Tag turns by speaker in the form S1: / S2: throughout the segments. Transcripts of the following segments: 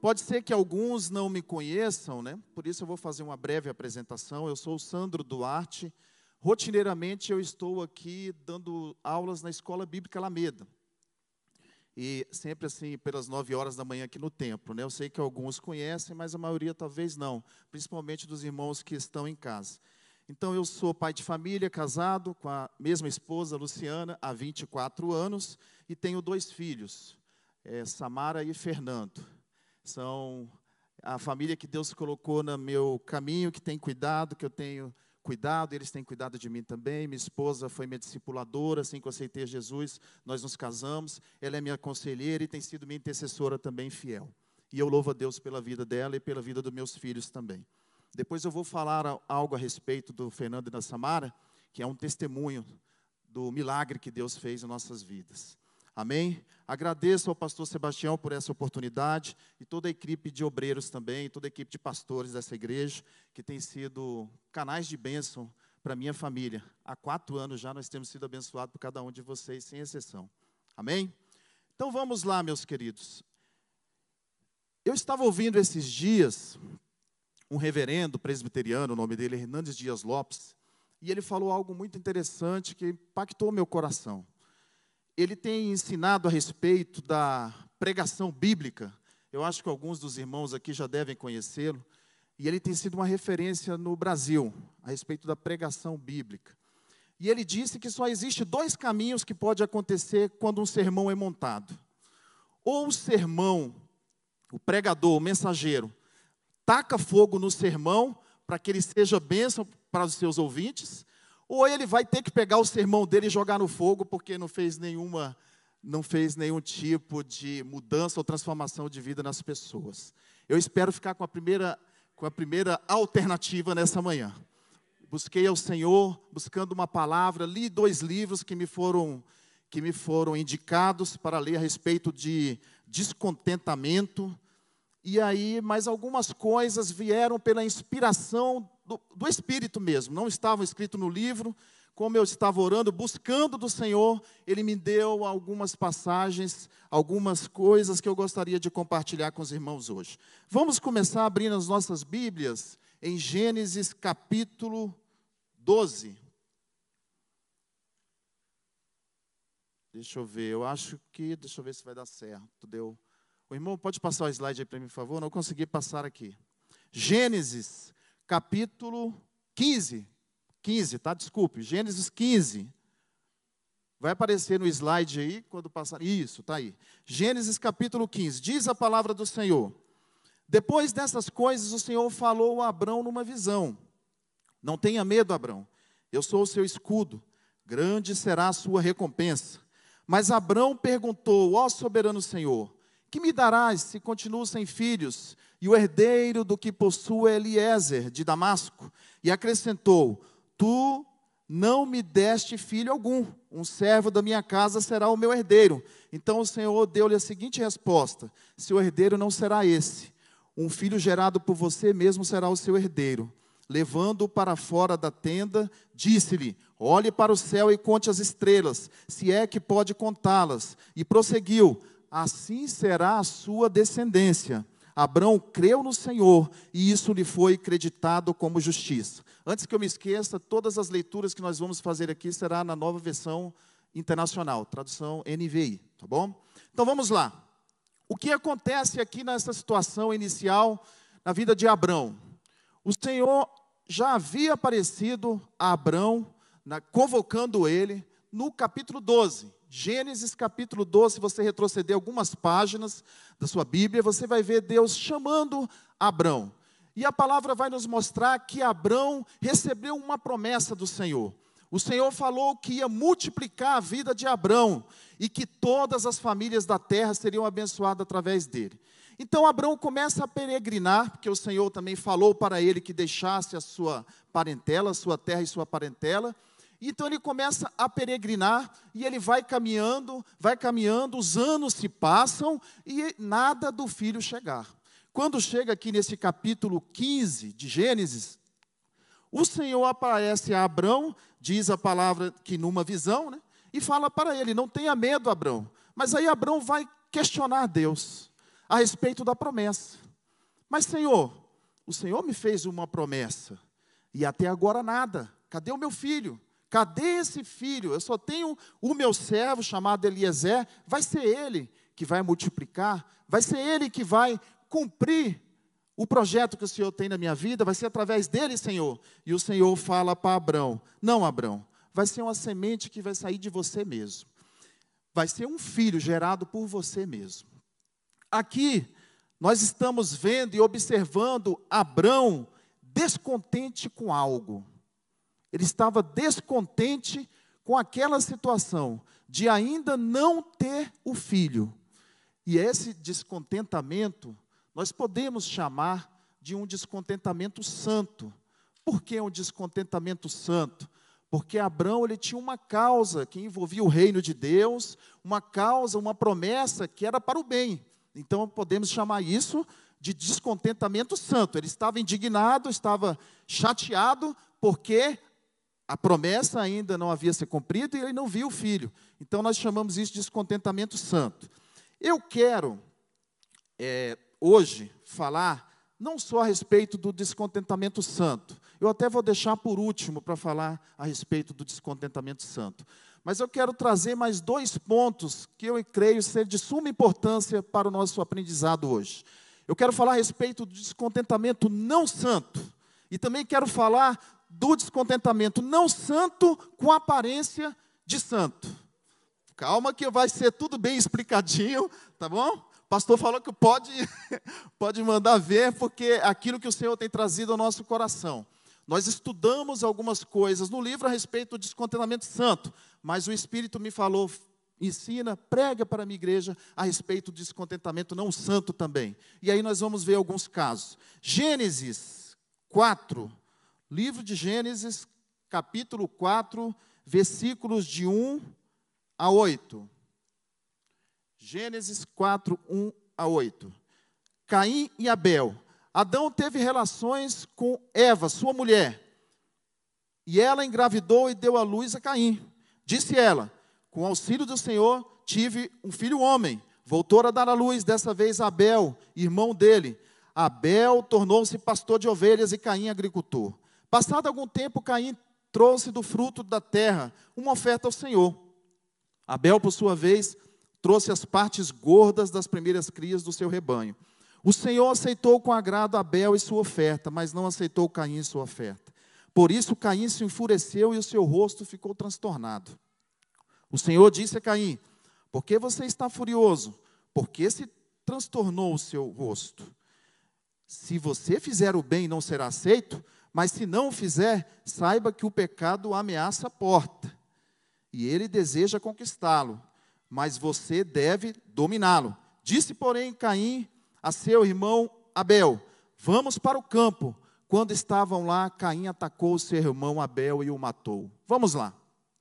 S1: Pode ser que alguns não me conheçam, né? Por isso eu vou fazer uma breve apresentação. Eu sou o Sandro Duarte. Rotineiramente eu estou aqui dando aulas na Escola Bíblica Alameda. E sempre assim, pelas 9 horas da manhã aqui no templo, né? Eu sei que alguns conhecem, mas a maioria talvez não, principalmente dos irmãos que estão em casa. Então, eu sou pai de família, casado com a mesma esposa, Luciana, há 24 anos, e tenho 2 filhos, Samara e Fernando. São a família que Deus colocou no meu caminho, que tem cuidado, que eu tenho cuidado, eles têm cuidado de mim também. Minha esposa foi minha discipuladora, assim que eu aceitei Jesus, nós nos casamos. Ela é minha conselheira e tem sido minha intercessora também fiel. E eu louvo a Deus pela vida dela e pela vida dos meus filhos também. Depois eu vou falar algo a respeito do Fernando e da Samara, que é um testemunho do milagre que Deus fez em nossas vidas. Amém? Agradeço ao pastor Sebastião por essa oportunidade e toda a equipe de obreiros também, toda a equipe de pastores dessa igreja, que tem sido canais de bênção para a minha família. Há 4 anos já nós temos sido abençoados por cada um de vocês, sem exceção. Amém? Então vamos lá, meus queridos. Eu estava ouvindo esses dias um reverendo presbiteriano, o nome dele é Hernandes Dias Lopes, e ele falou algo muito interessante que impactou meu coração. Ele tem ensinado a respeito da pregação bíblica. Eu acho que alguns dos irmãos aqui já devem conhecê-lo. E ele tem sido uma referência no Brasil, a respeito da pregação bíblica. E ele disse que só existe 2 caminhos que pode acontecer quando um sermão é montado. Ou o sermão, o pregador, o mensageiro, taca fogo no sermão para que ele seja bênção para os seus ouvintes, ou ele vai ter que pegar o sermão dele e jogar no fogo, porque não fez nenhum tipo de mudança ou transformação de vida nas pessoas. Eu espero ficar com a primeira alternativa nessa manhã. Busquei ao Senhor, buscando uma palavra, li 2 livros que me foram indicados para ler a respeito de descontentamento. E aí, mais algumas coisas vieram pela inspiração do Espírito mesmo. Não estavam escritos no livro. Como eu estava orando, buscando do Senhor, Ele me deu algumas passagens, algumas coisas que eu gostaria de compartilhar com os irmãos hoje. Vamos começar abrindo as nossas Bíblias em Gênesis capítulo 12. Deixa eu ver se vai dar certo. Deu. O irmão, pode passar o slide aí para mim, por favor? Não consegui passar aqui. Gênesis, capítulo 15. 15, tá? Desculpe. Gênesis 15. Vai aparecer no slide aí, quando passar. Isso, tá aí. Gênesis, capítulo 15. Diz a palavra do Senhor. Depois dessas coisas, o Senhor falou a Abrão numa visão. Não tenha medo, Abrão. Eu sou o seu escudo. Grande será a sua recompensa. Mas Abrão perguntou, ó soberano Senhor, que me darás se continuo sem filhos, e o herdeiro do que possuo é Eliezer, de Damasco? E acrescentou, tu não me deste filho algum, um servo da minha casa será o meu herdeiro. Então o Senhor deu-lhe a seguinte resposta, seu herdeiro não será esse, um filho gerado por você mesmo será o seu herdeiro. Levando-o para fora da tenda, disse-lhe, olhe para o céu e conte as estrelas, se é que pode contá-las. E prosseguiu, assim será a sua descendência. Abrão creu no Senhor e isso lhe foi creditado como justiça. Antes que eu me esqueça, todas as leituras que nós vamos fazer aqui será na nova versão internacional, tradução NVI, tá bom? Então vamos lá. O que acontece aqui nessa situação inicial na vida de Abrão? O Senhor já havia aparecido a Abrão, convocando ele no capítulo 12. Gênesis capítulo 12, se você retroceder algumas páginas da sua Bíblia, você vai ver Deus chamando Abrão. E a palavra vai nos mostrar que Abrão recebeu uma promessa do Senhor. O Senhor falou que ia multiplicar a vida de Abrão e que todas as famílias da terra seriam abençoadas através dele. Então Abrão começa a peregrinar, porque o Senhor também falou para ele que deixasse a sua parentela, a sua terra e sua parentela. Então ele começa a peregrinar e ele vai caminhando, os anos se passam e nada do filho chegar. Quando chega aqui nesse capítulo 15 de Gênesis, o Senhor aparece a Abrão, diz a palavra que numa visão, né, e fala para ele, não tenha medo, Abrão. Mas aí Abrão vai questionar Deus. a respeito da promessa. Mas, Senhor, o Senhor me fez uma promessa, e até agora nada. Cadê o meu filho? Cadê esse filho? Eu só tenho o meu servo, chamado Eliezer, vai ser ele que vai multiplicar, vai ser ele que vai cumprir o projeto que o Senhor tem na minha vida, vai ser através dele, Senhor. E o Senhor fala para Abrão, não, Abrão, vai ser uma semente que vai sair de você mesmo. Vai ser um filho gerado por você mesmo. Aqui, nós estamos vendo e observando Abrão descontente com algo. Ele estava descontente com aquela situação de ainda não ter o filho. E esse descontentamento, nós podemos chamar de um descontentamento santo. Por que um descontentamento santo? Porque Abrão, ele tinha uma causa que envolvia o reino de Deus, uma causa, uma promessa que era para o bem. Então, podemos chamar isso de descontentamento santo. Ele estava indignado, estava chateado, porque a promessa ainda não havia se cumprido e ele não viu o filho. Então, nós chamamos isso de descontentamento santo. Eu quero, hoje, falar não só a respeito do descontentamento santo. Eu até vou deixar por último para falar a respeito do descontentamento santo. Mas eu quero trazer mais 2 pontos que eu creio ser de suma importância para o nosso aprendizado hoje. Eu quero falar a respeito do descontentamento não santo. E também quero falar do descontentamento não santo com aparência de santo. Calma que vai ser tudo bem explicadinho, tá bom? O pastor falou que pode mandar ver, porque é aquilo que o Senhor tem trazido ao nosso coração. Nós estudamos algumas coisas no livro a respeito do descontentamento santo, mas o Espírito me falou, ensina, prega para a minha igreja a respeito do descontentamento não santo também. E aí nós vamos ver alguns casos. Gênesis 4, livro de Gênesis, capítulo 4, versículos de 1 a 8. Gênesis 4, 1 a 8. Caim e Abel. Adão teve relações com Eva, sua mulher, e ela engravidou e deu à luz a Caim. Disse ela, com auxílio do Senhor, tive um filho homem. Voltou a dar à luz, dessa vez a Abel, irmão dele. Abel tornou-se pastor de ovelhas e Caim agricultor. Passado algum tempo, Caim trouxe do fruto da terra uma oferta ao Senhor. Abel, por sua vez, trouxe as partes gordas das primeiras crias do seu rebanho. O Senhor aceitou com agrado Abel e sua oferta, mas não aceitou Caim e sua oferta. Por isso Caim se enfureceu e o seu rosto ficou transtornado. O Senhor disse a Caim, por que você está furioso? Por que se transtornou o seu rosto? Se você fizer o bem, não será aceito, mas se não o fizer, saiba que o pecado ameaça a porta, e ele deseja conquistá-lo, mas você deve dominá-lo. Disse, porém, Caim a seu irmão Abel, vamos para o campo. Quando estavam lá, Caim atacou seu irmão Abel e o matou. Vamos lá.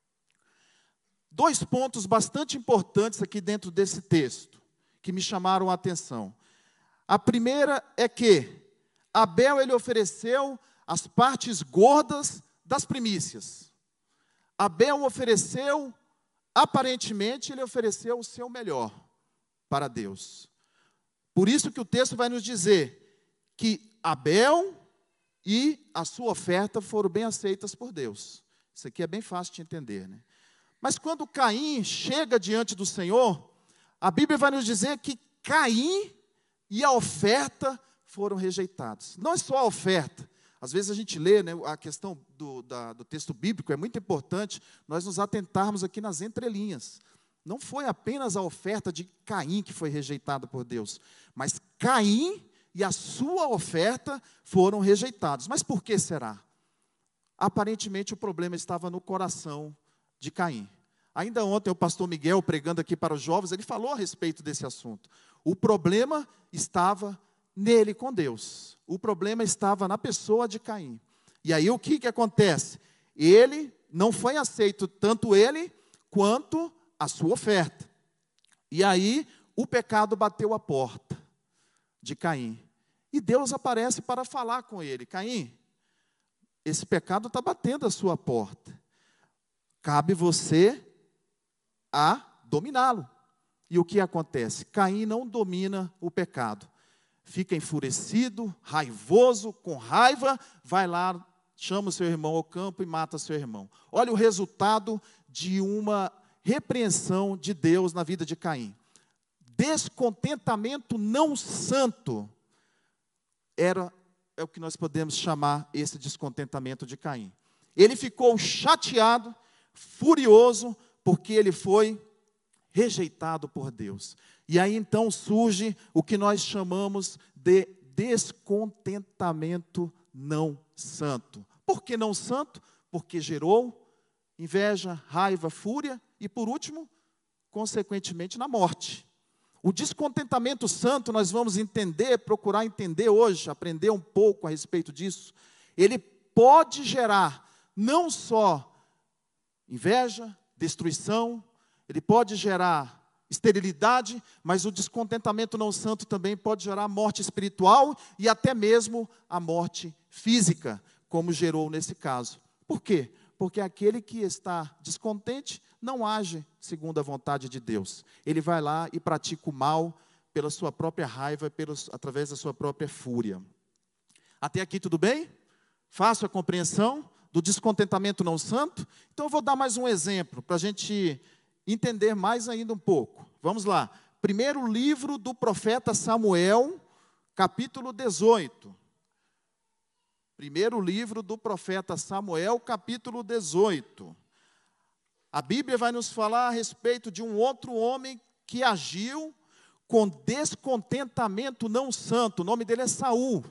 S1: 2 pontos bastante importantes aqui dentro desse texto, que me chamaram a atenção. A primeira é que Abel, ele ofereceu as partes gordas das primícias. Abel ofereceu, aparentemente, ele ofereceu o seu melhor para Deus. Por isso que o texto vai nos dizer que Abel e a sua oferta foram bem aceitas por Deus. Isso aqui é bem fácil de entender, né? Mas quando Caim chega diante do Senhor, a Bíblia vai nos dizer que Caim e a oferta foram rejeitados. Não é só a oferta. Às vezes a gente lê, né, a questão do texto bíblico, é muito importante nós nos atentarmos aqui nas entrelinhas. Não foi apenas a oferta de Caim que foi rejeitada por Deus, mas Caim e a sua oferta foram rejeitados. Mas por que será? Aparentemente o problema estava no coração de Caim. Ainda ontem o pastor Miguel, pregando aqui para os jovens, ele falou a respeito desse assunto. O problema estava nele com Deus. O problema estava na pessoa de Caim. E aí o que acontece? Ele não foi aceito, tanto ele quanto a sua oferta. E aí o pecado bateu a porta de Caim. E Deus aparece para falar com ele. Caim, esse pecado está batendo a sua porta. Cabe você a dominá-lo. E o que acontece? Caim não domina o pecado. Fica enfurecido, raivoso, com raiva, vai lá, chama o seu irmão ao campo e mata seu irmão. Olha o resultado de uma repreensão de Deus na vida de Caim. Descontentamento não santo é o que nós podemos chamar esse descontentamento de Caim. Ele ficou chateado, furioso, porque ele foi rejeitado por Deus. E aí então surge o que nós chamamos de descontentamento não santo. Por que não santo? Porque gerou inveja, raiva, fúria e, por último, consequentemente, na morte. O descontentamento santo, nós vamos entender, procurar entender hoje, aprender um pouco a respeito disso. Ele pode gerar não só inveja, destruição, ele pode gerar esterilidade, mas o descontentamento não santo também pode gerar morte espiritual e até mesmo a morte física, como gerou nesse caso. Por quê? Porque aquele que está descontente não age segundo a vontade de Deus. Ele vai lá e pratica o mal pela sua própria raiva, através da sua própria fúria. Até aqui tudo bem? Fácil a compreensão do descontentamento não santo? Então eu vou dar mais um exemplo, para a gente entender mais ainda um pouco. Vamos lá. Primeiro livro do profeta Samuel, capítulo 18. Primeiro livro do profeta Samuel, capítulo 18. A Bíblia vai nos falar a respeito de um outro homem que agiu com descontentamento não santo. O nome dele é Saul.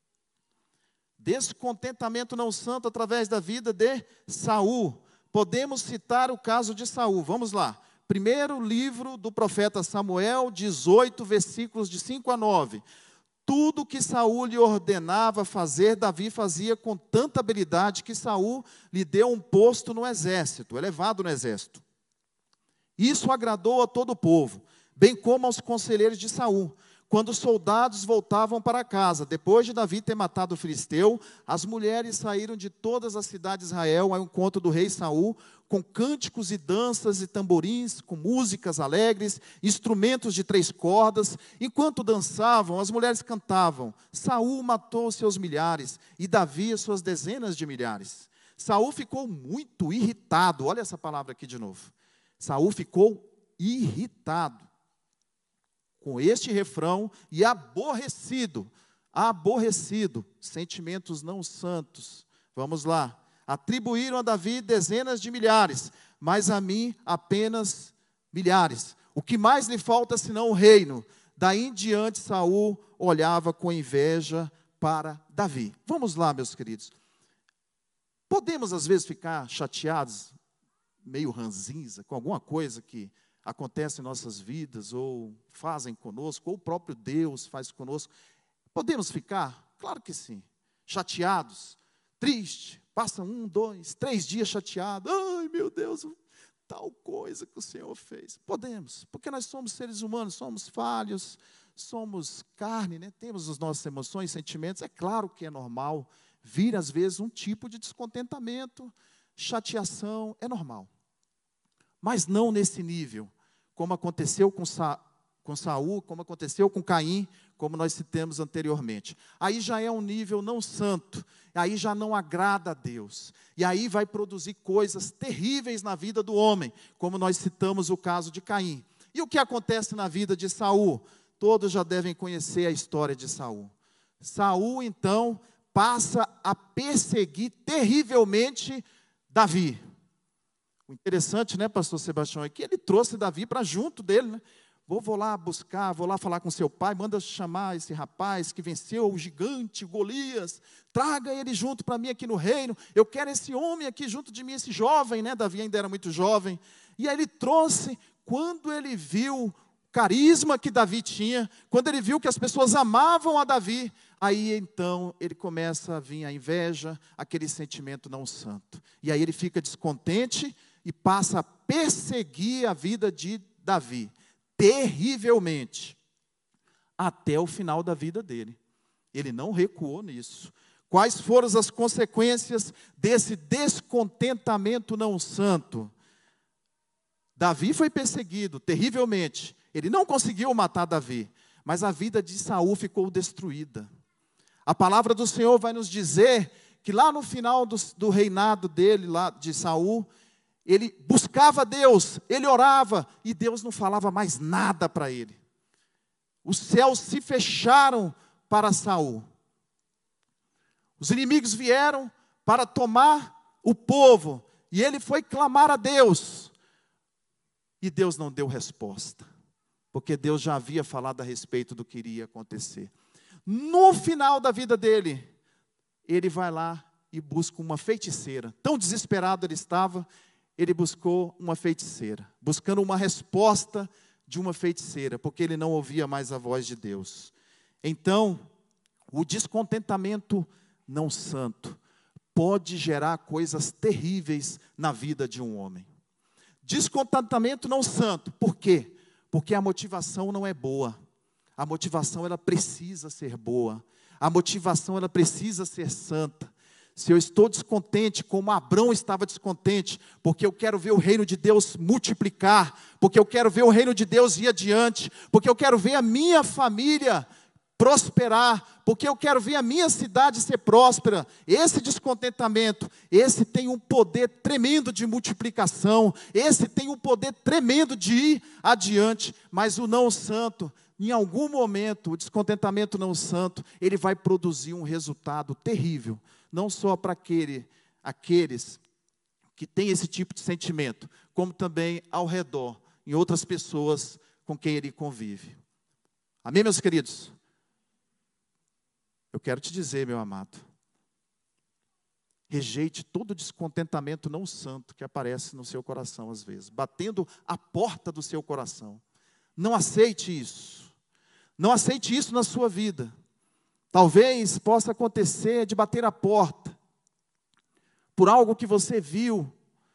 S1: Descontentamento não santo através da vida de Saul. Podemos citar o caso de Saul. Vamos lá. Primeiro livro do profeta Samuel, 18, versículos de 5 a 9. Tudo que Saul lhe ordenava fazer, Davi fazia com tanta habilidade que Saul lhe deu um posto no exército, elevado no exército. Isso agradou a todo o povo, bem como aos conselheiros de Saul. Quando os soldados voltavam para casa, depois de Davi ter matado o filisteu, as mulheres saíram de todas as cidades de Israel ao encontro do rei Saul, com cânticos e danças e tamborins, com músicas alegres, instrumentos de 3 cordas. Enquanto dançavam, as mulheres cantavam: Saul matou seus milhares e Davi suas dezenas de milhares. Saul ficou muito irritado. Olha essa palavra aqui de novo. Saul ficou irritado com este refrão e aborrecido, sentimentos não santos. Vamos lá. Atribuíram a Davi dezenas de milhares, mas a mim apenas milhares. O que mais lhe falta senão o reino? Daí em diante Saul olhava com inveja para Davi. Vamos lá, meus queridos. Podemos às vezes ficar chateados, meio ranzinza, com alguma coisa que acontece em nossas vidas, ou fazem conosco, ou o próprio Deus faz conosco. Podemos ficar? Claro que sim. Chateados, tristes, passa 1, 2, 3 dias chateado. Ai, meu Deus, tal coisa que o Senhor fez. Podemos, porque nós somos seres humanos, somos falhos, somos carne, né? Temos as nossas emoções, sentimentos. É claro que é normal vir, às vezes, um tipo de descontentamento, chateação, é normal. Mas não nesse nível, como aconteceu com Saul, como aconteceu com Caim, como nós citamos anteriormente. Aí já é um nível não santo, aí já não agrada a Deus. E aí vai produzir coisas terríveis na vida do homem, como nós citamos o caso de Caim. E o que acontece na vida de Saul? Todos já devem conhecer a história de Saul. Saul, então, passa a perseguir terrivelmente Davi. O interessante, né, pastor Sebastião, é que ele trouxe Davi para junto dele, né? Vou lá buscar, vou lá falar com seu pai, manda chamar esse rapaz que venceu o gigante Golias, traga ele junto para mim aqui no reino, eu quero esse homem aqui junto de mim, esse jovem, né? Davi ainda era muito jovem. E aí ele trouxe, quando ele viu o carisma que Davi tinha, quando ele viu que as pessoas amavam a Davi, aí então ele começa a vir a inveja, aquele sentimento não santo. E aí ele fica descontente e passa a perseguir a vida de Davi, terrivelmente, até o final da vida dele. Ele não recuou nisso. Quais foram as consequências desse descontentamento não santo? Davi foi perseguido terrivelmente. Ele não conseguiu matar Davi, mas a vida de Saul ficou destruída. A palavra do Senhor vai nos dizer que lá no final do reinado dele, lá de Saul, ele buscava Deus, ele orava, e Deus não falava mais nada para ele. Os céus se fecharam para Saul. Os inimigos vieram para tomar o povo, e ele foi clamar a Deus. E Deus não deu resposta, porque Deus já havia falado a respeito do que iria acontecer. No final da vida dele, ele vai lá e busca uma feiticeira. Tão desesperado ele estava, ele buscou uma feiticeira, buscando uma resposta de uma feiticeira, porque ele não ouvia mais a voz de Deus. Então, o descontentamento não santo pode gerar coisas terríveis na vida de um homem. Descontentamento não santo, por quê? Porque a motivação não é boa. A motivação, ela precisa ser boa. A motivação, ela precisa ser santa. Se eu estou descontente, como Abrão estava descontente, porque eu quero ver o reino de Deus multiplicar, porque eu quero ver o reino de Deus ir adiante, porque eu quero ver a minha família prosperar, porque eu quero ver a minha cidade ser próspera. Esse descontentamento, esse tem um poder tremendo de multiplicação, esse tem um poder tremendo de ir adiante, mas o não santo, em algum momento, o descontentamento não santo, ele vai produzir um resultado terrível, não só para aqueles que têm esse tipo de sentimento, como também ao redor, em outras pessoas com quem ele convive. Amém, meus queridos? Eu quero te dizer, meu amado, rejeite todo descontentamento não santo que aparece no seu coração às vezes, batendo a porta do seu coração. Não aceite isso. Não aceite isso na sua vida. Talvez possa acontecer de bater a porta por algo que você viu,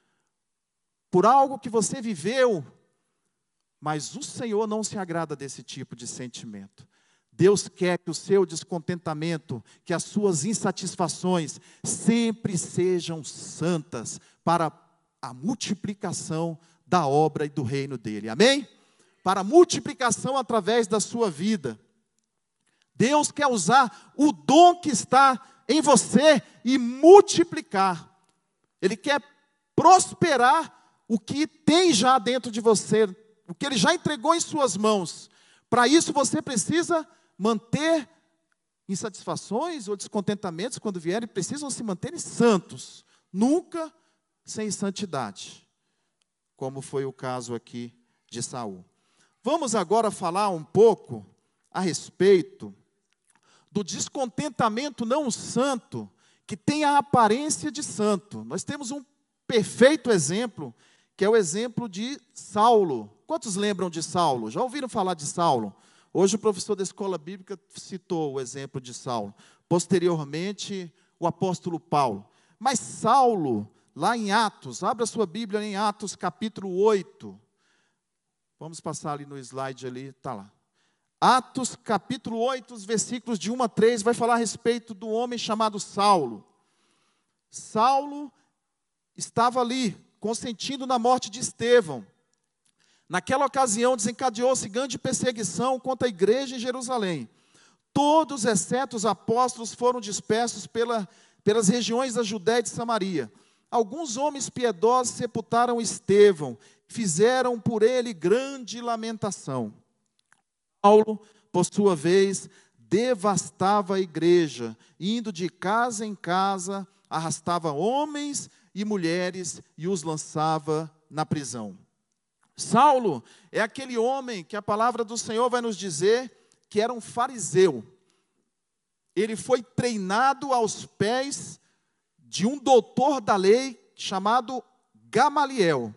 S1: por algo que você viveu, mas o Senhor não se agrada desse tipo de sentimento. Deus quer que o seu descontentamento, que as suas insatisfações sempre sejam santas para a multiplicação da obra e do reino dele. Amém? Para a multiplicação através da sua vida. Deus quer usar o dom que está em você e multiplicar. Ele quer prosperar o que tem já dentro de você, o que Ele já entregou em suas mãos. Para isso você precisa manter insatisfações ou descontentamentos quando vierem, precisam se manterem santos, nunca sem santidade, como foi o caso aqui de Saul. Vamos agora falar um pouco a respeito do descontentamento não santo, que tem a aparência de santo. Nós temos um perfeito exemplo, que é o exemplo de Saulo. Quantos lembram de Saulo? Já ouviram falar de Saulo? Hoje o professor da escola bíblica citou o exemplo de Saulo. Posteriormente, o apóstolo Paulo. Mas Saulo, lá em Atos, abra sua Bíblia em Atos capítulo 8. Vamos passar ali no slide ali, está lá. Atos capítulo 8, os versículos de 1 a 3, vai falar a respeito do homem chamado Saulo. Saulo estava ali, consentindo na morte de Estevão. Naquela ocasião, desencadeou-se grande perseguição contra a igreja em Jerusalém. Todos, exceto os apóstolos, foram dispersos pelas regiões da Judéia e de Samaria. Alguns homens piedosos sepultaram Estevão, fizeram por ele grande lamentação. Paulo, por sua vez, devastava a igreja, indo de casa em casa, arrastava homens e mulheres e os lançava na prisão. Saulo é aquele homem que a palavra do Senhor vai nos dizer que era um fariseu. Ele foi treinado aos pés de um doutor da lei chamado Gamaliel.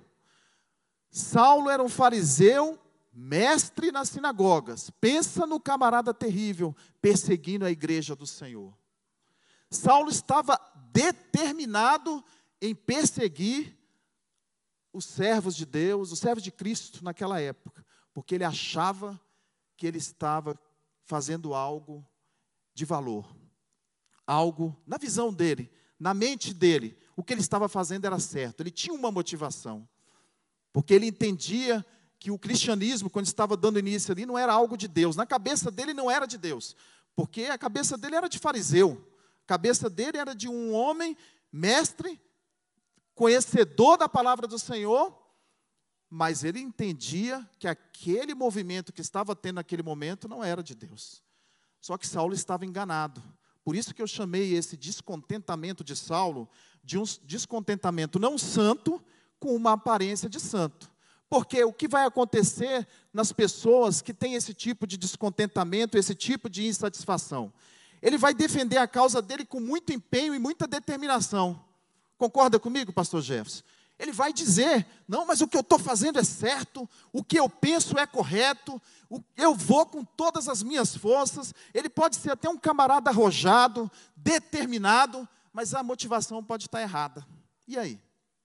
S1: Saulo era um fariseu, mestre nas sinagogas. Pensa no camarada terrível, perseguindo a igreja do Senhor. Saulo estava determinado em perseguir os servos de Deus, os servos de Cristo naquela época, porque ele achava que ele estava fazendo algo de valor. Algo, na visão dele, na mente dele, o que ele estava fazendo era certo. Ele tinha uma motivação, porque ele entendia que o cristianismo, quando estava dando início ali, não era algo de Deus. Na cabeça dele não era de Deus, porque a cabeça dele era de fariseu. A cabeça dele era de um homem mestre, conhecedor da palavra do Senhor, mas ele entendia que aquele movimento que estava tendo naquele momento não era de Deus. Só que Saulo estava enganado. Por isso que eu chamei esse descontentamento de Saulo de um descontentamento não santo com uma aparência de santo. Porque o que vai acontecer nas pessoas que têm esse tipo de descontentamento, esse tipo de insatisfação? Ele vai defender a causa dele com muito empenho e muita determinação. Concorda comigo, pastor Jefferson? Ele vai dizer, não, mas o que eu estou fazendo é certo, o que eu penso é correto, eu vou com todas as minhas forças. Ele pode ser até um camarada arrojado, determinado, mas a motivação pode estar errada. E aí?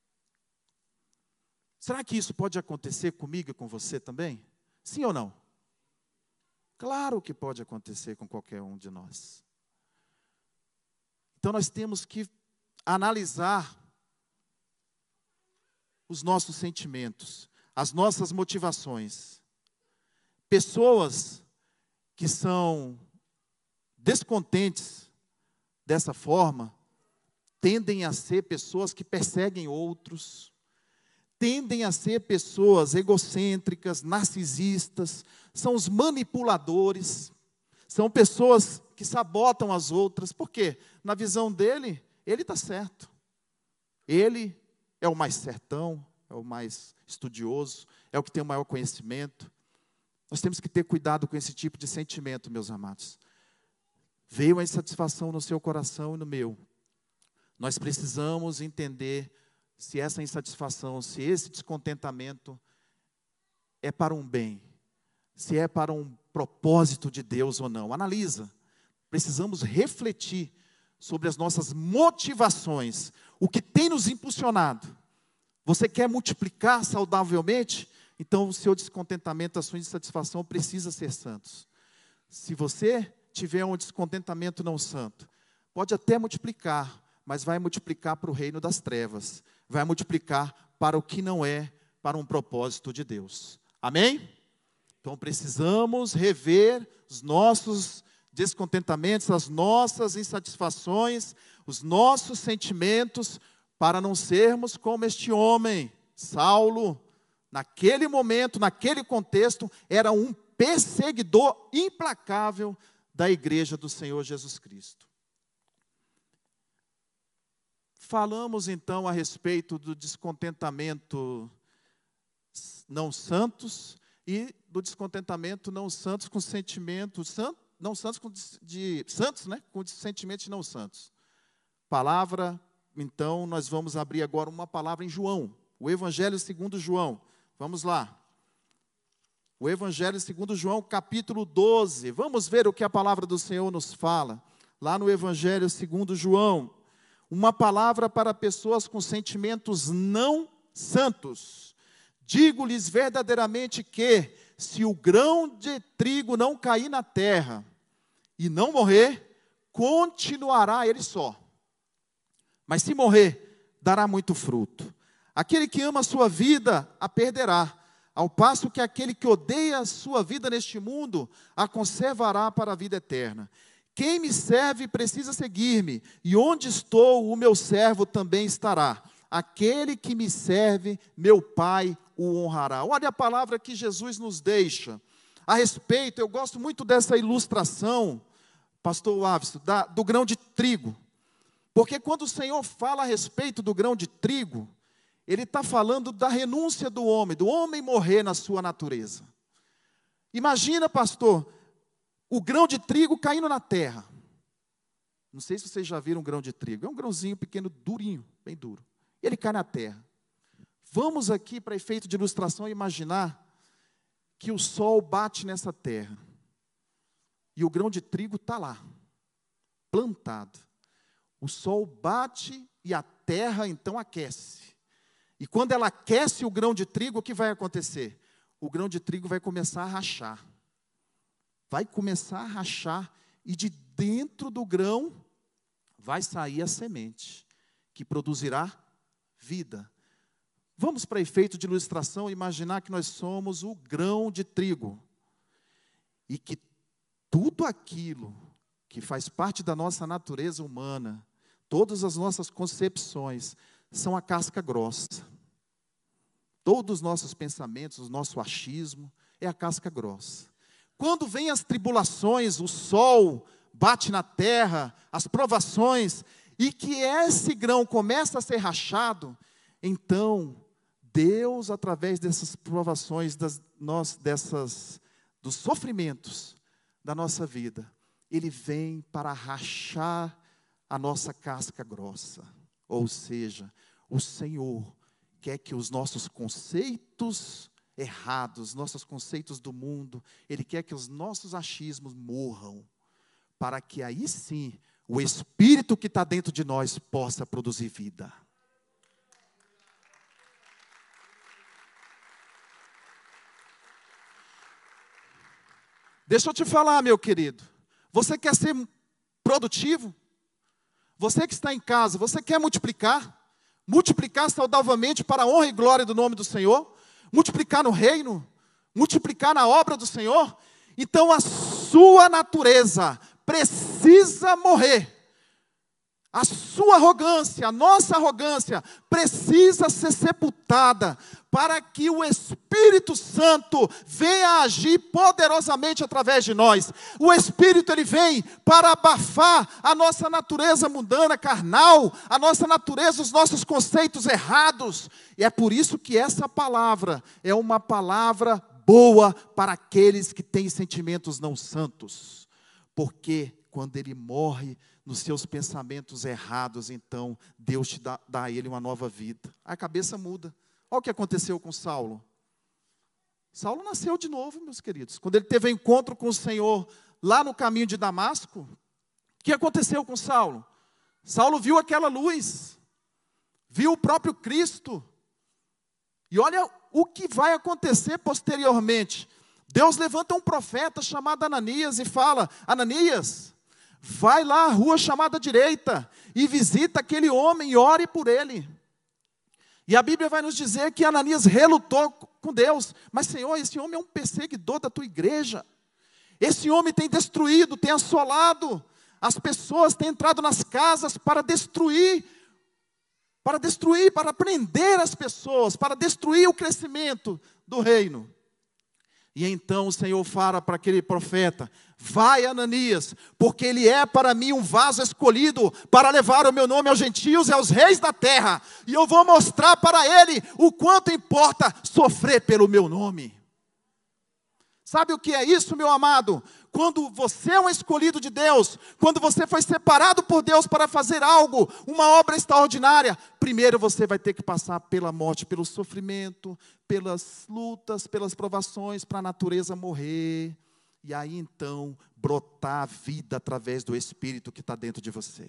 S1: Será que isso pode acontecer comigo e com você também? Sim ou não? Claro que pode acontecer com qualquer um de nós. Então nós temos que analisar os nossos sentimentos, as nossas motivações. Pessoas que são descontentes dessa forma, tendem a ser pessoas que perseguem outros, tendem a ser pessoas egocêntricas, narcisistas, são os manipuladores, são pessoas que sabotam as outras. Por quê? Na visão dele, ele está certo. Ele é o mais certão, é o mais estudioso, é o que tem o maior conhecimento. Nós temos que ter cuidado com esse tipo de sentimento, meus amados. Veio a insatisfação no seu coração e no meu. Nós precisamos entender se essa insatisfação, se esse descontentamento é para um bem, se é para um propósito de Deus ou não. Analisa. Precisamos refletir sobre as nossas motivações, o que tem nos impulsionado. Você quer multiplicar saudavelmente? Então o seu descontentamento, a sua insatisfação precisa ser santos. Se você tiver um descontentamento não santo, pode até multiplicar, mas vai multiplicar para o reino das trevas, vai multiplicar para o que não é, para um propósito de Deus. Amém? Então precisamos rever os nossos descontentamentos, as nossas insatisfações, os nossos sentimentos, para não sermos como este homem, Saulo. Naquele momento, naquele contexto, era um perseguidor implacável da igreja do Senhor Jesus Cristo. Falamos então a respeito do descontentamento não santos e do descontentamento não santos com sentimentos não santos com santos, né? Com sentimentos não santos. Palavra, então nós vamos abrir agora uma palavra em João, o Evangelho segundo João. Vamos lá. O Evangelho segundo João, capítulo 12. Vamos ver o que a palavra do Senhor nos fala. Lá no Evangelho segundo João. Uma palavra para pessoas com sentimentos não santos. Digo-lhes verdadeiramente que, se o grão de trigo não cair na terra e não morrer, continuará ele só. Mas se morrer, dará muito fruto. Aquele que ama a sua vida, a perderá. Ao passo que aquele que odeia a sua vida neste mundo, a conservará para a vida eterna. Quem me serve precisa seguir-me, e onde estou, o meu servo também estará. Aquele que me serve, meu Pai o honrará. Olha a palavra que Jesus nos deixa. A respeito, eu gosto muito dessa ilustração, pastor Ávison, do grão de trigo. Porque quando o Senhor fala a respeito do grão de trigo, Ele está falando da renúncia do homem morrer na sua natureza. Imagina, pastor, o grão de trigo caindo na terra. Não sei se vocês já viram um grão de trigo. É um grãozinho pequeno, durinho, bem duro. E ele cai na terra. Vamos aqui, para efeito de ilustração, imaginar que o sol bate nessa terra. E o grão de trigo está lá, plantado. O sol bate e a terra então aquece. E quando ela aquece o grão de trigo, o que vai acontecer? O grão de trigo vai começar a rachar. Vai começar a rachar e de dentro do grão vai sair a semente, que produzirá vida. Vamos, para efeito de ilustração, imaginar que nós somos o grão de trigo. E que tudo aquilo que faz parte da nossa natureza humana, todas as nossas concepções, são a casca grossa. Todos os nossos pensamentos, o nosso achismo, é a casca grossa. Quando vêm as tribulações, o sol bate na terra, as provações, e que esse grão começa a ser rachado, então Deus, através dessas provações, dos sofrimentos da nossa vida, Ele vem para rachar a nossa casca grossa. Ou seja, o Senhor quer que os nossos conceitos errados, nossos conceitos do mundo, Ele quer que os nossos achismos morram, para que aí sim, o Espírito que está dentro de nós possa produzir vida. Deixa eu te falar, meu querido. Você quer ser produtivo? Você que está em casa, você quer multiplicar? Multiplicar saudavelmente para a honra e glória do nome do Senhor? Multiplicar no reino? Multiplicar na obra do Senhor? Então a sua natureza precisa morrer. A sua arrogância, a nossa arrogância, precisa ser sepultada para que o Espírito Santo venha agir poderosamente através de nós. O Espírito, ele vem para abafar a nossa natureza mundana, carnal, a nossa natureza, os nossos conceitos errados. E é por isso que essa palavra é uma palavra boa para aqueles que têm sentimentos não santos. Porque quando ele morre nos seus pensamentos errados, então Deus te dá a ele uma nova vida. A cabeça muda. Olha o que aconteceu com Saulo. Saulo nasceu de novo, meus queridos. Quando ele teve um encontro com o Senhor lá no caminho de Damasco, o que aconteceu com Saulo? Saulo viu aquela luz, viu o próprio Cristo. E olha o que vai acontecer posteriormente. Deus levanta um profeta chamado Ananias e fala: Ananias, vai lá à rua chamada direita e visita aquele homem e ore por ele. E a Bíblia vai nos dizer que Ananias relutou com Deus. Mas Senhor, esse homem é um perseguidor da tua igreja. Esse homem tem destruído, tem assolado as pessoas, tem entrado nas casas para destruir, para prender as pessoas, para destruir o crescimento do reino. E então o Senhor fala para aquele profeta: vai, Ananias, porque ele é para mim um vaso escolhido para levar o meu nome aos gentios e aos reis da terra. E eu vou mostrar para ele o quanto importa sofrer pelo meu nome. Sabe o que é isso, meu amado? Quando você é um escolhido de Deus, quando você foi separado por Deus para fazer algo, uma obra extraordinária, primeiro você vai ter que passar pela morte, pelo sofrimento, pelas lutas, pelas provações, para a natureza morrer. E aí então, brotar a vida através do Espírito que está dentro de você.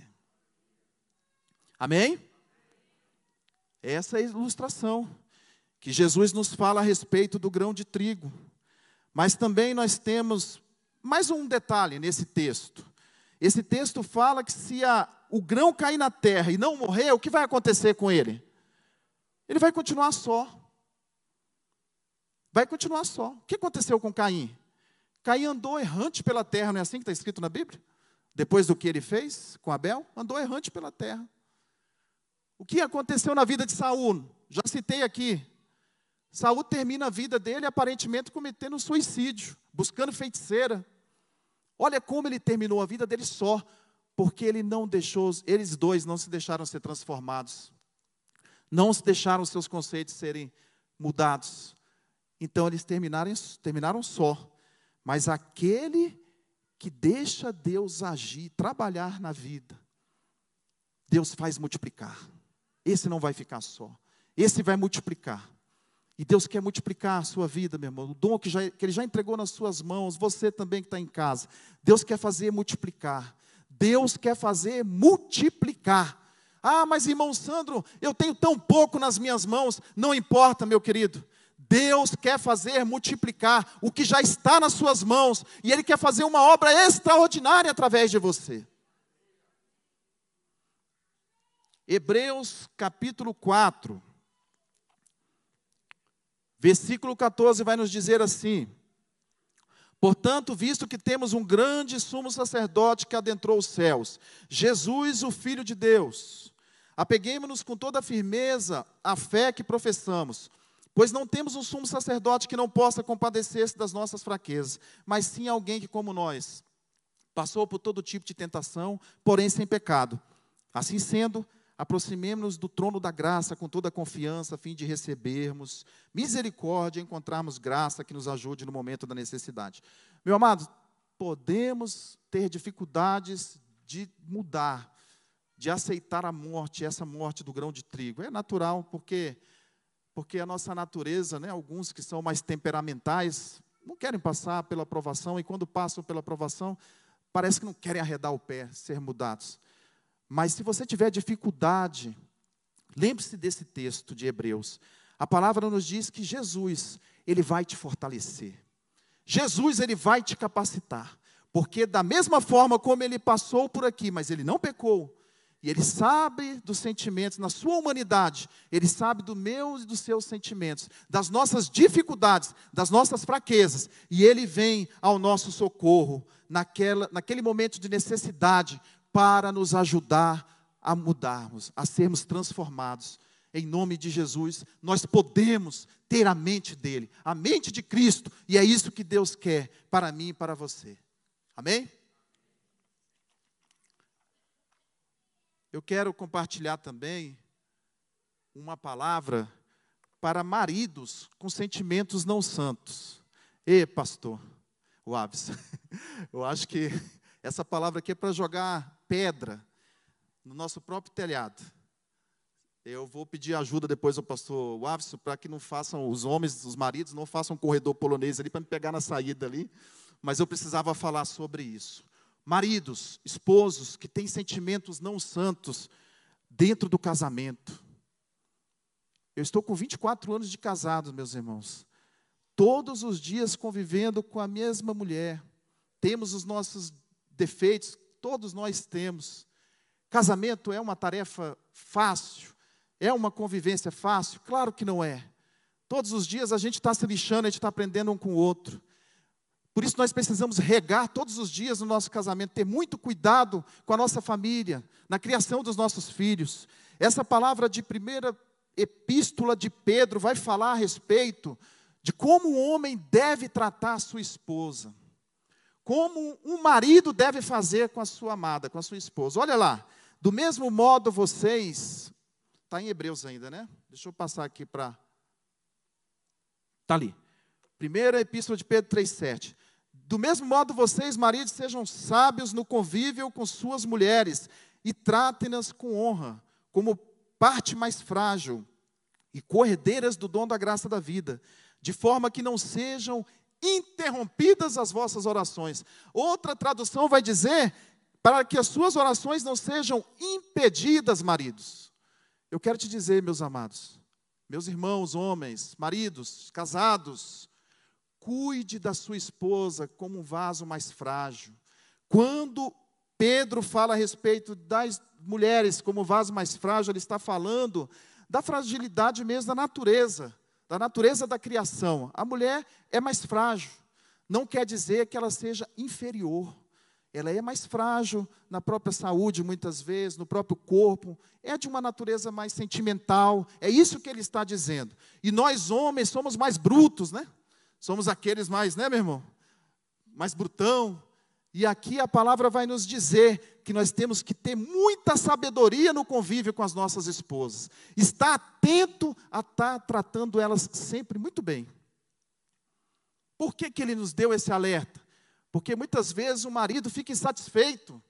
S1: Amém? Essa é a ilustração que Jesus nos fala a respeito do grão de trigo. Mas também nós temos mais um detalhe nesse texto. Esse texto fala que se o grão cair na terra e não morrer, o que vai acontecer com ele? Ele vai continuar só. Vai continuar só. O que aconteceu com Caim? Caim andou errante pela terra, não é assim que está escrito na Bíblia? Depois do que ele fez com Abel, andou errante pela terra. O que aconteceu na vida de Saul? Já citei aqui. Saul termina a vida dele aparentemente cometendo um suicídio, buscando feiticeira. Olha como ele terminou a vida dele só, porque ele não deixou, eles dois não se deixaram ser transformados. Não se deixaram seus conceitos serem mudados. Então eles terminaram só. Mas aquele que deixa Deus agir, trabalhar na vida, Deus faz multiplicar. Esse não vai ficar só. Esse vai multiplicar. E Deus quer multiplicar a sua vida, meu irmão. O dom que Ele já entregou nas suas mãos, você também que está em casa. Deus quer fazer multiplicar. Deus quer fazer multiplicar. Ah, mas irmão Sandro, eu tenho tão pouco nas minhas mãos. Não importa, meu querido. Deus quer fazer multiplicar o que já está nas suas mãos. E Ele quer fazer uma obra extraordinária através de você. Hebreus capítulo 4. Versículo 14 vai nos dizer assim: portanto, visto que temos um grande sumo sacerdote que adentrou os céus, Jesus, o Filho de Deus, apeguemo-nos com toda a firmeza à fé que professamos, pois não temos um sumo sacerdote que não possa compadecer-se das nossas fraquezas, mas sim alguém que, como nós, passou por todo tipo de tentação, porém sem pecado. Assim sendo, aproximemo-nos do trono da graça com toda a confiança, a fim de recebermos misericórdia e encontrarmos graça que nos ajude no momento da necessidade. Meu amado, podemos ter dificuldades de mudar, de aceitar a morte, essa morte do grão de trigo. É natural, porque a nossa natureza, né, alguns que são mais temperamentais, não querem passar pela provação, e quando passam pela provação, parece que não querem arredar o pé, ser mudados. Mas se você tiver dificuldade, lembre-se desse texto de Hebreus. A palavra nos diz que Jesus, Ele vai te fortalecer. Jesus, Ele vai te capacitar. Porque da mesma forma como Ele passou por aqui, mas Ele não pecou, e Ele sabe dos sentimentos, na sua humanidade, Ele sabe do meu e dos seus sentimentos, das nossas dificuldades, das nossas fraquezas, e Ele vem ao nosso socorro, naquele momento de necessidade, para nos ajudar a mudarmos, a sermos transformados. Em nome de Jesus, nós podemos ter a mente dEle, a mente de Cristo, e é isso que Deus quer para mim e para você. Amém? Eu quero compartilhar também uma palavra para maridos com sentimentos não santos. Pastor Waves, eu acho que essa palavra aqui é para jogar pedra no nosso próprio telhado. Eu vou pedir ajuda depois ao pastor Waves para que não façam, os homens, os maridos, não façam um corredor polonês ali para me pegar na saída ali. Mas eu precisava falar sobre isso. Maridos, esposos que têm sentimentos não santos dentro do casamento. Eu estou com 24 anos de casado, meus irmãos. Todos os dias convivendo com a mesma mulher. Temos os nossos defeitos, todos nós temos. Casamento é uma tarefa fácil? É uma convivência fácil? Claro que não é. Todos os dias a gente está se lixando, a gente está aprendendo um com o outro. Por isso nós precisamos regar todos os dias no nosso casamento, ter muito cuidado com a nossa família, na criação dos nossos filhos. Essa palavra de primeira epístola de Pedro vai falar a respeito de como um homem deve tratar a sua esposa. Como um marido deve fazer com a sua amada, com a sua esposa. Olha lá, do mesmo modo vocês... Está em Hebreus ainda, né? Deixa eu passar aqui para... Está ali. Primeira epístola de Pedro 3,7. Do mesmo modo vocês, maridos, sejam sábios no convívio com suas mulheres e tratem-nas com honra, como parte mais frágil e coerdeiras do dom da graça da vida, de forma que não sejam interrompidas as vossas orações. Outra tradução vai dizer, para que as suas orações não sejam impedidas, maridos. Eu quero te dizer, meus amados, meus irmãos, homens, maridos, casados, cuide da sua esposa como um vaso mais frágil. Quando Pedro fala a respeito das mulheres como vaso mais frágil, ele está falando da fragilidade mesmo da natureza da criação. A mulher é mais frágil, não quer dizer que ela seja inferior. Ela é mais frágil na própria saúde, muitas vezes, no próprio corpo. É de uma natureza mais sentimental. É isso que ele está dizendo. E nós, homens, somos mais brutos, né? Somos aqueles mais, né, meu irmão? Mais brutão. E aqui a palavra vai nos dizer que nós temos que ter muita sabedoria no convívio com as nossas esposas. Estar atento a estar tratando elas sempre muito bem. Por que ele nos deu esse alerta? Porque muitas vezes o marido fica insatisfeito,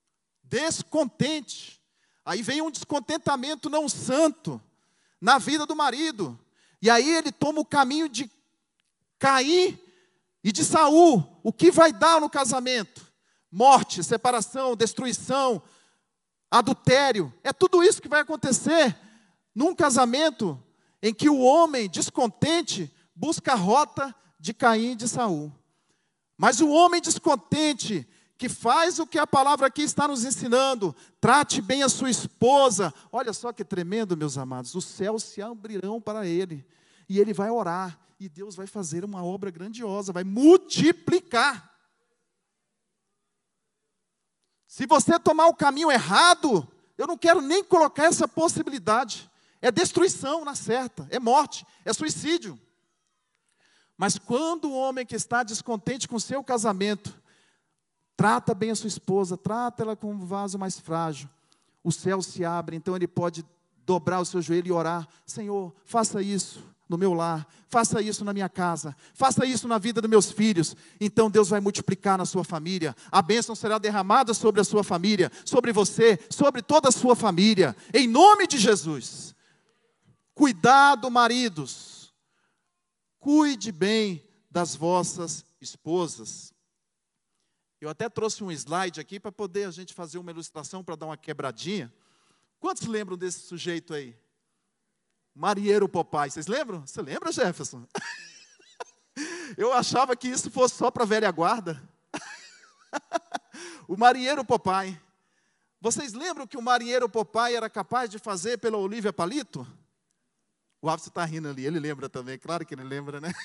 S1: descontente. Aí vem um descontentamento não santo na vida do marido. E aí ele toma o caminho de Caim e de Saul. O que vai dar no casamento? Morte, separação, destruição, adultério. É tudo isso que vai acontecer num casamento em que o homem descontente busca a rota de Caim e de Saul. Mas o homem descontente, que faz o que a palavra aqui está nos ensinando, trate bem a sua esposa. Olha só que tremendo, meus amados, os céus se abrirão para ele, e ele vai orar, e Deus vai fazer uma obra grandiosa, vai multiplicar. Se você tomar o caminho errado, eu não quero nem colocar essa possibilidade. É destruição na certa, é morte, é suicídio. Mas quando o homem que está descontente com o seu casamento, trata bem a sua esposa, trata ela com um vaso mais frágil, o céu se abre, então ele pode dobrar o seu joelho e orar: Senhor, faça isso no meu lar, faça isso na minha casa, faça isso na vida dos meus filhos. Então Deus vai multiplicar na sua família, a bênção será derramada sobre a sua família, sobre você, sobre toda a sua família, em nome de Jesus. Cuidado, maridos, cuide bem das vossas esposas. Eu até trouxe um slide aqui para poder a gente fazer uma ilustração, para dar uma quebradinha. Quantos lembram desse sujeito aí? Marinheiro Popeye, vocês lembram? Você lembra, Jefferson? Eu achava que isso fosse só para a velha guarda. O Marinheiro Popeye. Vocês lembram que o Marinheiro Popeye era capaz de fazer pela Olívia Palito? O Alves está rindo ali, ele lembra também, claro que ele lembra, né?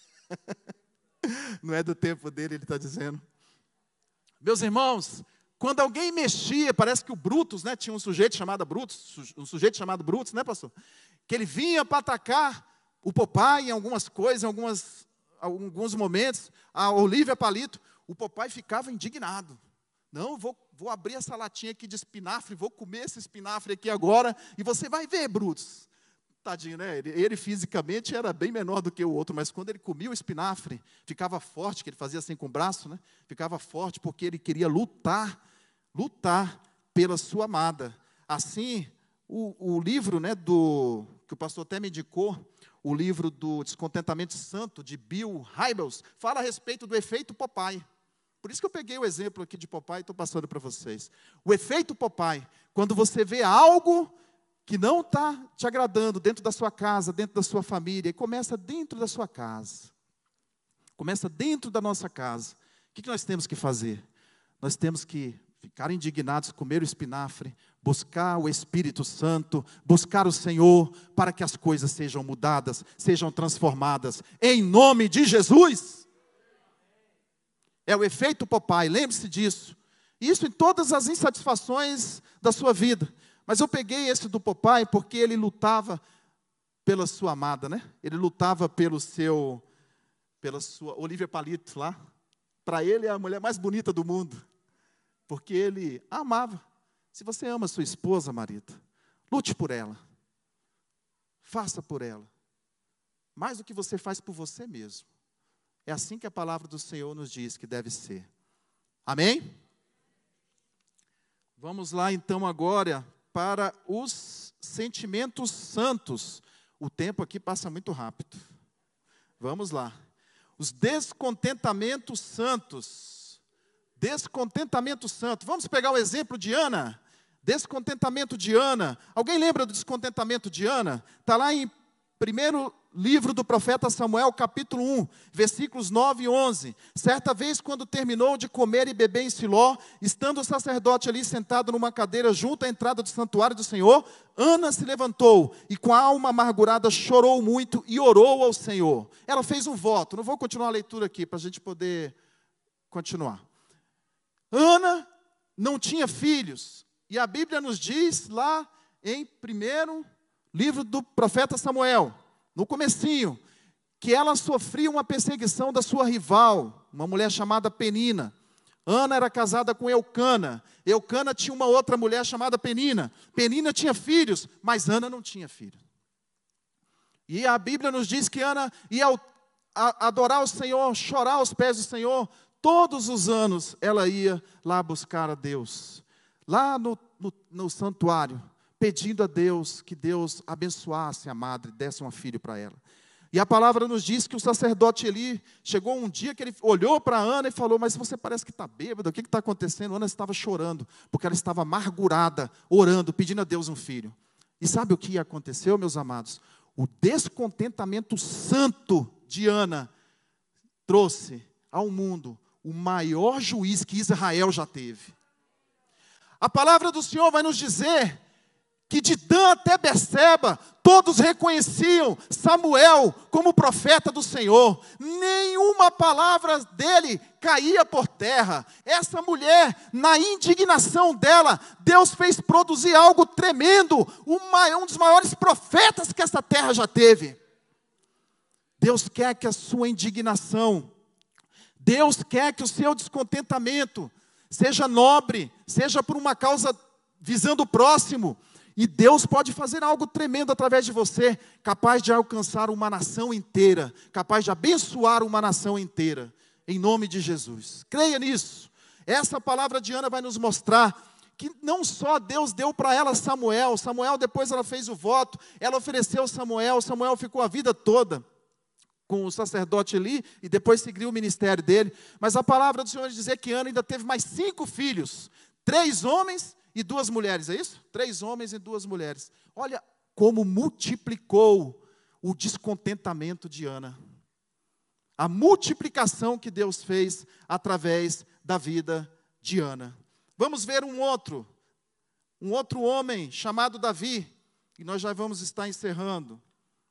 S1: Não é do tempo dele, ele está dizendo. Meus irmãos, quando alguém mexia, parece que o Brutus, né, tinha um sujeito chamado Brutus, né, pastor? Que ele vinha para atacar o Popeye em algumas coisas, em alguns momentos, a Olívia Palito, o Popeye ficava indignado. Não, vou abrir essa latinha aqui de espinafre, vou comer esse espinafre aqui agora, e você vai ver, Brutus. Tadinho, né? Ele fisicamente era bem menor do que o outro, mas quando ele comia o espinafre, ficava forte, que ele fazia assim com o braço, né? Ficava forte porque ele queria lutar pela sua amada. Assim, o livro, né, que o pastor até me indicou, o livro do Descontentamento Santo, de Bill Hybels, fala a respeito do efeito Popeye. Por isso que eu peguei o exemplo aqui de Popeye e estou passando para vocês. O efeito Popeye, quando você vê algo que não está te agradando dentro da sua casa, dentro da sua família, e começa dentro da sua casa, começa dentro da nossa casa, o que nós temos que fazer? Nós temos que ficar indignados, comer o espinafre, buscar o Espírito Santo, buscar o Senhor, para que as coisas sejam mudadas, sejam transformadas, em nome de Jesus. É o efeito Popeye, lembre-se disso. Isso em todas as insatisfações da sua vida. Mas eu peguei esse do Popeye porque ele lutava pela sua amada, né? Ele lutava pela sua Olívia Palito lá. Para ele é a mulher mais bonita do mundo. Porque ele a amava. Se você ama sua esposa, marido, lute por ela. Faça por ela. Mais do que você faz por você mesmo. É assim que a palavra do Senhor nos diz que deve ser. Amém? Vamos lá então agora para os sentimentos santos. O tempo aqui passa muito rápido. Vamos lá. Os descontentamentos santos. Descontentamento santo. Vamos pegar o exemplo de Ana. Descontentamento de Ana. Alguém lembra do descontentamento de Ana? Está lá em primeiro livro do profeta Samuel, capítulo 1, versículos 9 e 11. Certa vez, quando terminou de comer e beber em Siló, estando o sacerdote ali sentado numa cadeira junto à entrada do santuário do Senhor, Ana se levantou e com a alma amargurada chorou muito e orou ao Senhor. Ela fez um voto. Não vou continuar a leitura aqui para a gente poder continuar. Ana não tinha filhos. E a Bíblia nos diz lá em primeiro livro do profeta Samuel, no comecinho, que ela sofria uma perseguição da sua rival, uma mulher chamada Penina. Ana era casada com Eucana. Eucana tinha uma outra mulher chamada Penina. Penina tinha filhos, mas Ana não tinha filho. E a Bíblia nos diz que Ana ia adorar o Senhor, chorar aos pés do Senhor. Todos os anos ela ia lá buscar a Deus, lá no santuário, pedindo a Deus que Deus abençoasse a madre, desse um filho para ela. E a palavra nos diz que o sacerdote Eli, chegou um dia que ele olhou para Ana e falou: mas você parece que está bêbada, o que está acontecendo? Ana estava chorando, porque ela estava amargurada, orando, pedindo a Deus um filho. E sabe o que aconteceu, meus amados? O descontentamento santo de Ana trouxe ao mundo o maior juiz que Israel já teve. A palavra do Senhor vai nos dizer que de Dan até Berseba, todos reconheciam Samuel como profeta do Senhor. Nenhuma palavra dele caía por terra. Essa mulher, na indignação dela, Deus fez produzir algo tremendo, um dos maiores profetas que essa terra já teve. Deus quer que a sua indignação, Deus quer que o seu descontentamento seja nobre, seja por uma causa visando o próximo. E Deus pode fazer algo tremendo através de você, capaz de alcançar uma nação inteira, capaz de abençoar uma nação inteira, em nome de Jesus. Creia nisso. Essa palavra de Ana vai nos mostrar que não só Deus deu para ela Samuel, depois ela fez o voto, ela ofereceu Samuel ficou a vida toda com o sacerdote Eli, e depois seguiu o ministério dele. Mas a palavra do Senhor diz que Ana ainda teve mais 5 filhos, 3 homens e 2 mulheres, é isso? 3 homens e 2 mulheres. Olha como multiplicou o descontentamento de Ana. A multiplicação que Deus fez através da vida de Ana. Vamos ver um outro homem chamado Davi, e nós já vamos estar encerrando.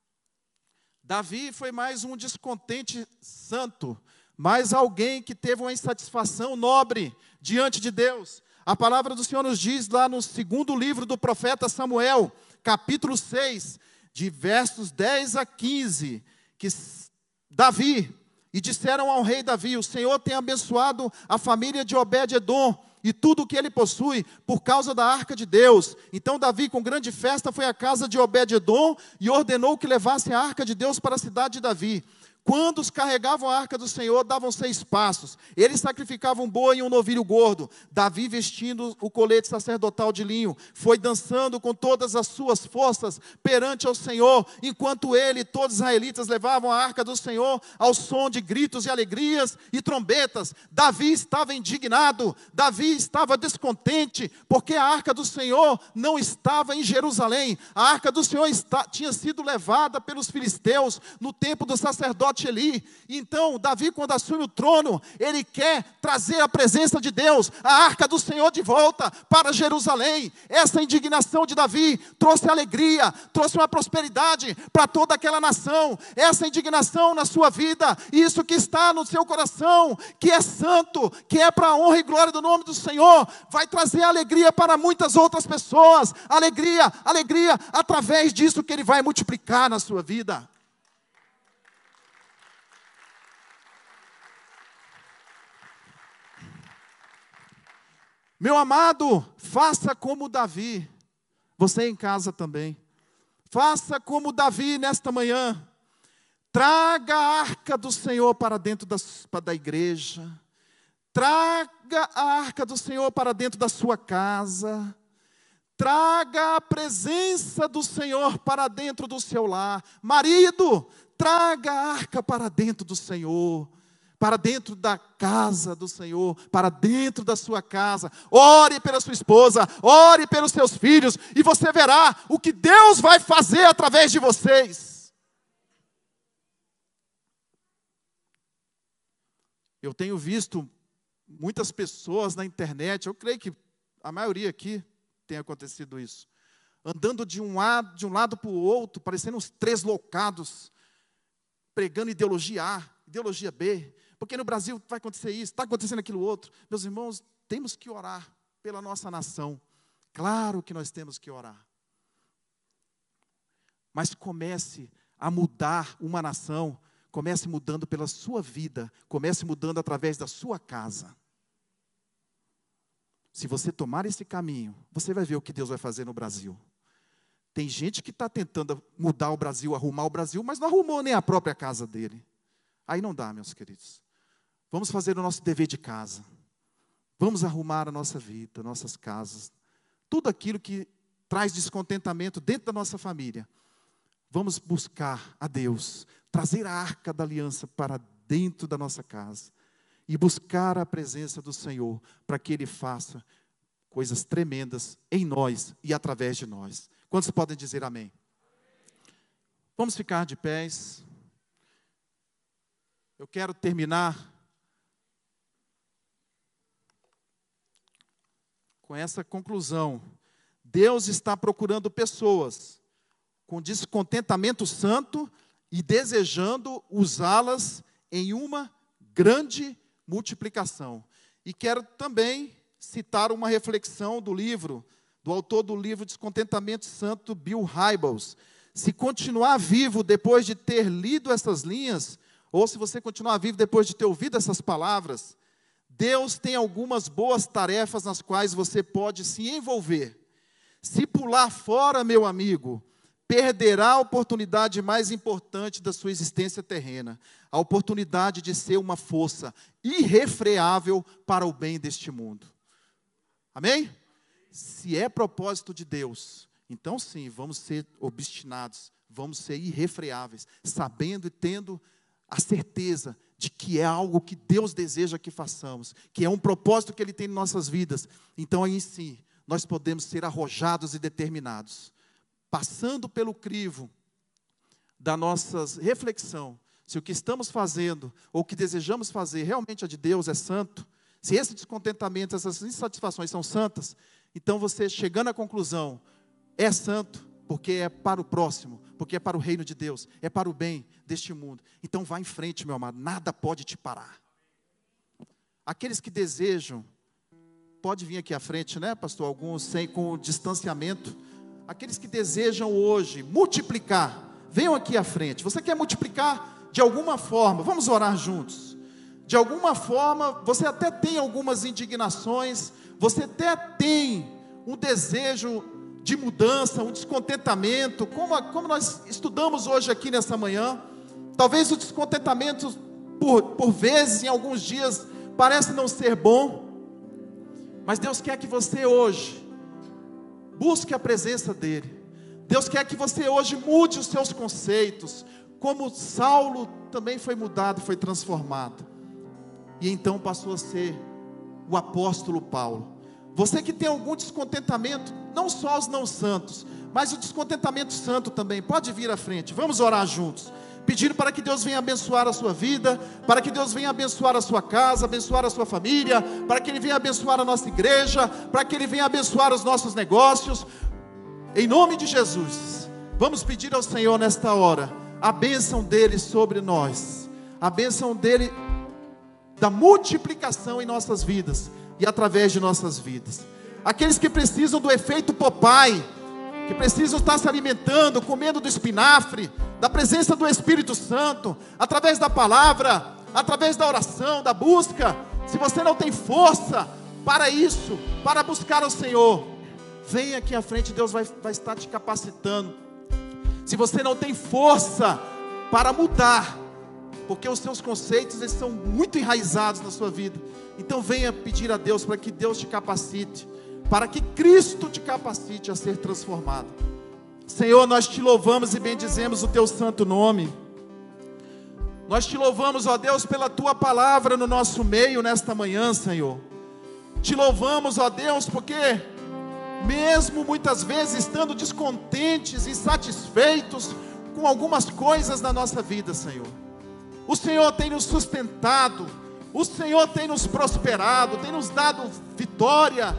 S1: Davi foi mais um descontente santo, mais alguém que teve uma insatisfação nobre diante de Deus. A palavra do Senhor nos diz lá no 2º livro do profeta Samuel, capítulo 6, de versos 10 a 15, que Davi, e disseram ao rei Davi: o Senhor tem abençoado a família de Obed-edom e tudo o que ele possui, por causa da arca de Deus. Então Davi, com grande festa, foi à casa de Obed-edom e ordenou que levassem a arca de Deus para a cidade de Davi. Quando os carregavam a arca do Senhor, davam 6 passos. Eles sacrificavam um boi e um novilho gordo. Davi, vestindo o colete sacerdotal de linho, foi dançando com todas as suas forças perante ao Senhor, enquanto ele e todos os israelitas levavam a arca do Senhor ao som de gritos e alegrias e trombetas. Davi estava indignado, Davi estava descontente, porque a arca do Senhor não estava em Jerusalém. A arca do Senhor tinha sido levada pelos filisteus no tempo do sacerdote Eli. Então Davi, quando assume o trono, ele quer trazer a presença de Deus, a arca do Senhor, de volta para Jerusalém. Essa indignação de Davi trouxe alegria, trouxe uma prosperidade para toda aquela nação. Essa indignação na sua vida, isso que está no seu coração, que é santo, que é para a honra e glória do nome do Senhor, vai trazer alegria para muitas outras pessoas. Alegria através disso que ele vai multiplicar na sua vida. Meu amado, faça como Davi, você em casa também, faça como Davi nesta manhã, traga a arca do Senhor para dentro da igreja, traga a arca do Senhor para dentro da sua casa, traga a presença do Senhor para dentro do seu lar. Marido, traga a arca para dentro do Senhor, para dentro da casa do Senhor, para dentro da sua casa. Ore pela sua esposa, ore pelos seus filhos, e você verá o que Deus vai fazer através de vocês. Eu tenho visto muitas pessoas na internet, eu creio que a maioria aqui tem acontecido isso, andando de um lado para o outro, parecendo uns treslocados, pregando ideologia A, ideologia B, porque no Brasil vai acontecer isso, está acontecendo aquilo outro. Meus irmãos, temos que orar pela nossa nação. Claro que nós temos que orar. Mas comece a mudar uma nação, comece mudando pela sua vida, comece mudando através da sua casa. Se você tomar esse caminho, você vai ver o que Deus vai fazer no Brasil. Tem gente que está tentando mudar o Brasil, arrumar o Brasil, mas não arrumou nem a própria casa dele. Aí não dá, meus queridos. Vamos fazer o nosso dever de casa. Vamos arrumar a nossa vida, nossas casas. Tudo aquilo que traz descontentamento dentro da nossa família. Vamos buscar a Deus, trazer a arca da aliança para dentro da nossa casa. E buscar a presença do Senhor, para que Ele faça coisas tremendas em nós e através de nós. Quantos podem dizer amém? Vamos ficar de pés. Eu quero terminar com essa conclusão. Deus está procurando pessoas com descontentamento santo e desejando usá-las em uma grande multiplicação. E quero também citar uma reflexão do autor do livro Descontentamento Santo, Bill Hybels. Se continuar vivo depois de ter lido essas linhas, ou se você continuar vivo depois de ter ouvido essas palavras, Deus tem algumas boas tarefas nas quais você pode se envolver. Se pular fora, meu amigo, perderá a oportunidade mais importante da sua existência terrena, a oportunidade de ser uma força irrefreável para o bem deste mundo. Amém? Se é propósito de Deus, então sim, vamos ser obstinados, vamos ser irrefreáveis, sabendo e tendo a certeza de que é algo que Deus deseja que façamos, que é um propósito que Ele tem em nossas vidas. Então aí sim, nós podemos ser arrojados e determinados, passando pelo crivo da nossa reflexão, se o que estamos fazendo, ou o que desejamos fazer, realmente é de Deus, é santo, se esse descontentamento, essas insatisfações são santas, então você chegando à conclusão, é santo, porque é para o próximo, porque é para o reino de Deus, é para o bem deste mundo. Então vá em frente, meu amado, nada pode te parar. Aqueles que desejam, pode vir aqui à frente, né, pastor? Alguns sem, com distanciamento. Aqueles que desejam hoje multiplicar, venham aqui à frente. Você quer multiplicar de alguma forma? Vamos orar juntos. De alguma forma, você até tem algumas indignações, você até tem um desejo de mudança, um descontentamento, como nós estudamos hoje aqui nessa manhã. Talvez o descontentamento, por vezes, em alguns dias, parece não ser bom, mas Deus quer que você hoje busque a presença dEle. Deus quer que você hoje mude os seus conceitos, como Saulo também foi mudado, foi transformado, e então passou a ser o apóstolo Paulo. Você que tem algum descontentamento, não só os não santos, mas o descontentamento santo também, pode vir à frente, vamos orar juntos, pedindo para que Deus venha abençoar a sua vida, para que Deus venha abençoar a sua casa, abençoar a sua família, para que Ele venha abençoar a nossa igreja, para que Ele venha abençoar os nossos negócios, em nome de Jesus. Vamos pedir ao Senhor nesta hora, a bênção dEle sobre nós, a bênção dEle, da multiplicação em nossas vidas, e através de nossas vidas. Aqueles que precisam do efeito Popeye, que precisam estar se alimentando, comendo do espinafre, da presença do Espírito Santo, através da palavra, através da oração, da busca. Se você não tem força para isso, para buscar o Senhor, venha aqui à frente, Deus vai estar te capacitando. Se você não tem força para mudar, porque os seus conceitos eles são muito enraizados na sua vida, então venha pedir a Deus para que Deus te capacite, para que Cristo te capacite a ser transformado. Senhor, nós te louvamos e bendizemos o teu santo nome. Nós te louvamos, ó Deus, pela tua palavra no nosso meio nesta manhã, Senhor. Te louvamos, ó Deus, porque mesmo muitas vezes estando descontentes, insatisfeitos com algumas coisas na nossa vida, Senhor, o Senhor tem nos sustentado, o Senhor tem nos prosperado, tem nos dado vitória.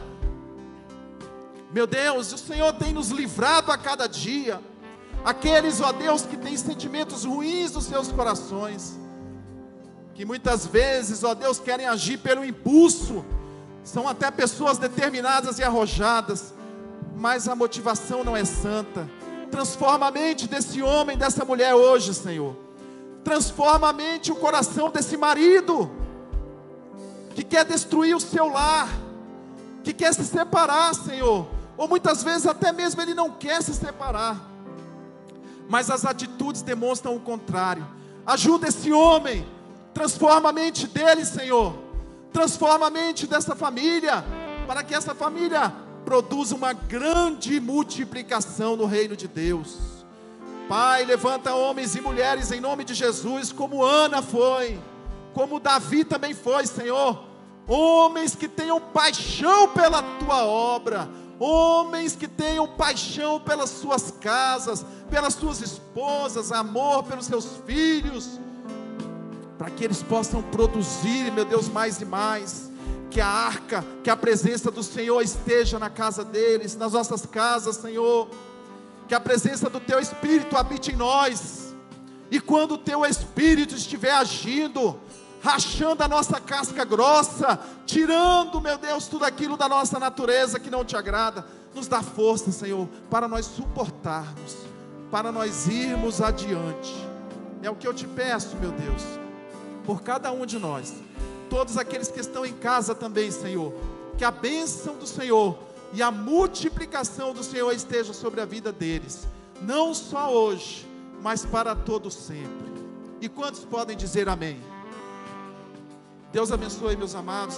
S1: Meu Deus, o Senhor tem nos livrado a cada dia. Aqueles, ó Deus, que têm sentimentos ruins nos seus corações, que muitas vezes, ó Deus, querem agir pelo impulso, são até pessoas determinadas e arrojadas, mas a motivação não é santa. Transforma a mente desse homem, dessa mulher hoje, Senhor. Transforma a mente e o coração desse marido que quer destruir o seu lar, que quer se separar, Senhor, ou muitas vezes até mesmo ele não quer se separar, mas as atitudes demonstram o contrário. Ajuda esse homem, transforma a mente dele, Senhor, transforma a mente dessa família, para que essa família produza uma grande multiplicação no reino de Deus. Pai, levanta homens e mulheres em nome de Jesus, como Ana foi, como Davi também foi, Senhor. Homens que tenham paixão pela tua obra, homens que tenham paixão pelas suas casas, pelas suas esposas, amor pelos seus filhos, para que eles possam produzir, meu Deus, mais e mais. que a arca, que a presença do Senhor esteja na casa deles, nas nossas casas, Senhor. Que a presença do Teu Espírito habite em nós. E quando o Teu Espírito estiver agindo, rachando a nossa casca grossa, tirando, meu Deus, tudo aquilo da nossa natureza que não Te agrada, nos dá força, Senhor, para nós suportarmos, para nós irmos adiante. É o que eu Te peço, meu Deus, por cada um de nós, todos aqueles que estão em casa também, Senhor, que a bênção do Senhor e a multiplicação do Senhor esteja sobre a vida deles, não só hoje, mas para todo sempre. E quantos podem dizer amém? Deus abençoe, meus amados.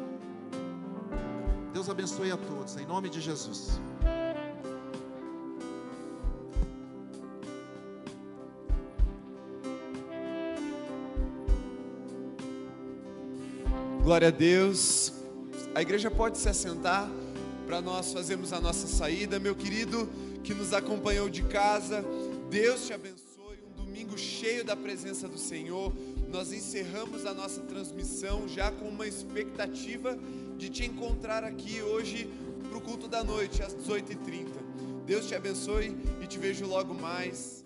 S1: Deus abençoe a todos, em nome de Jesus.
S2: Glória a Deus. A igreja pode se assentar para nós fazermos a nossa saída. Meu querido que nos acompanhou de casa, Deus te abençoe. Um domingo cheio da presença do Senhor. Nós encerramos a nossa transmissão já com uma expectativa de te encontrar aqui hoje para o culto da noite, às 18h30. Deus te abençoe e te vejo logo mais.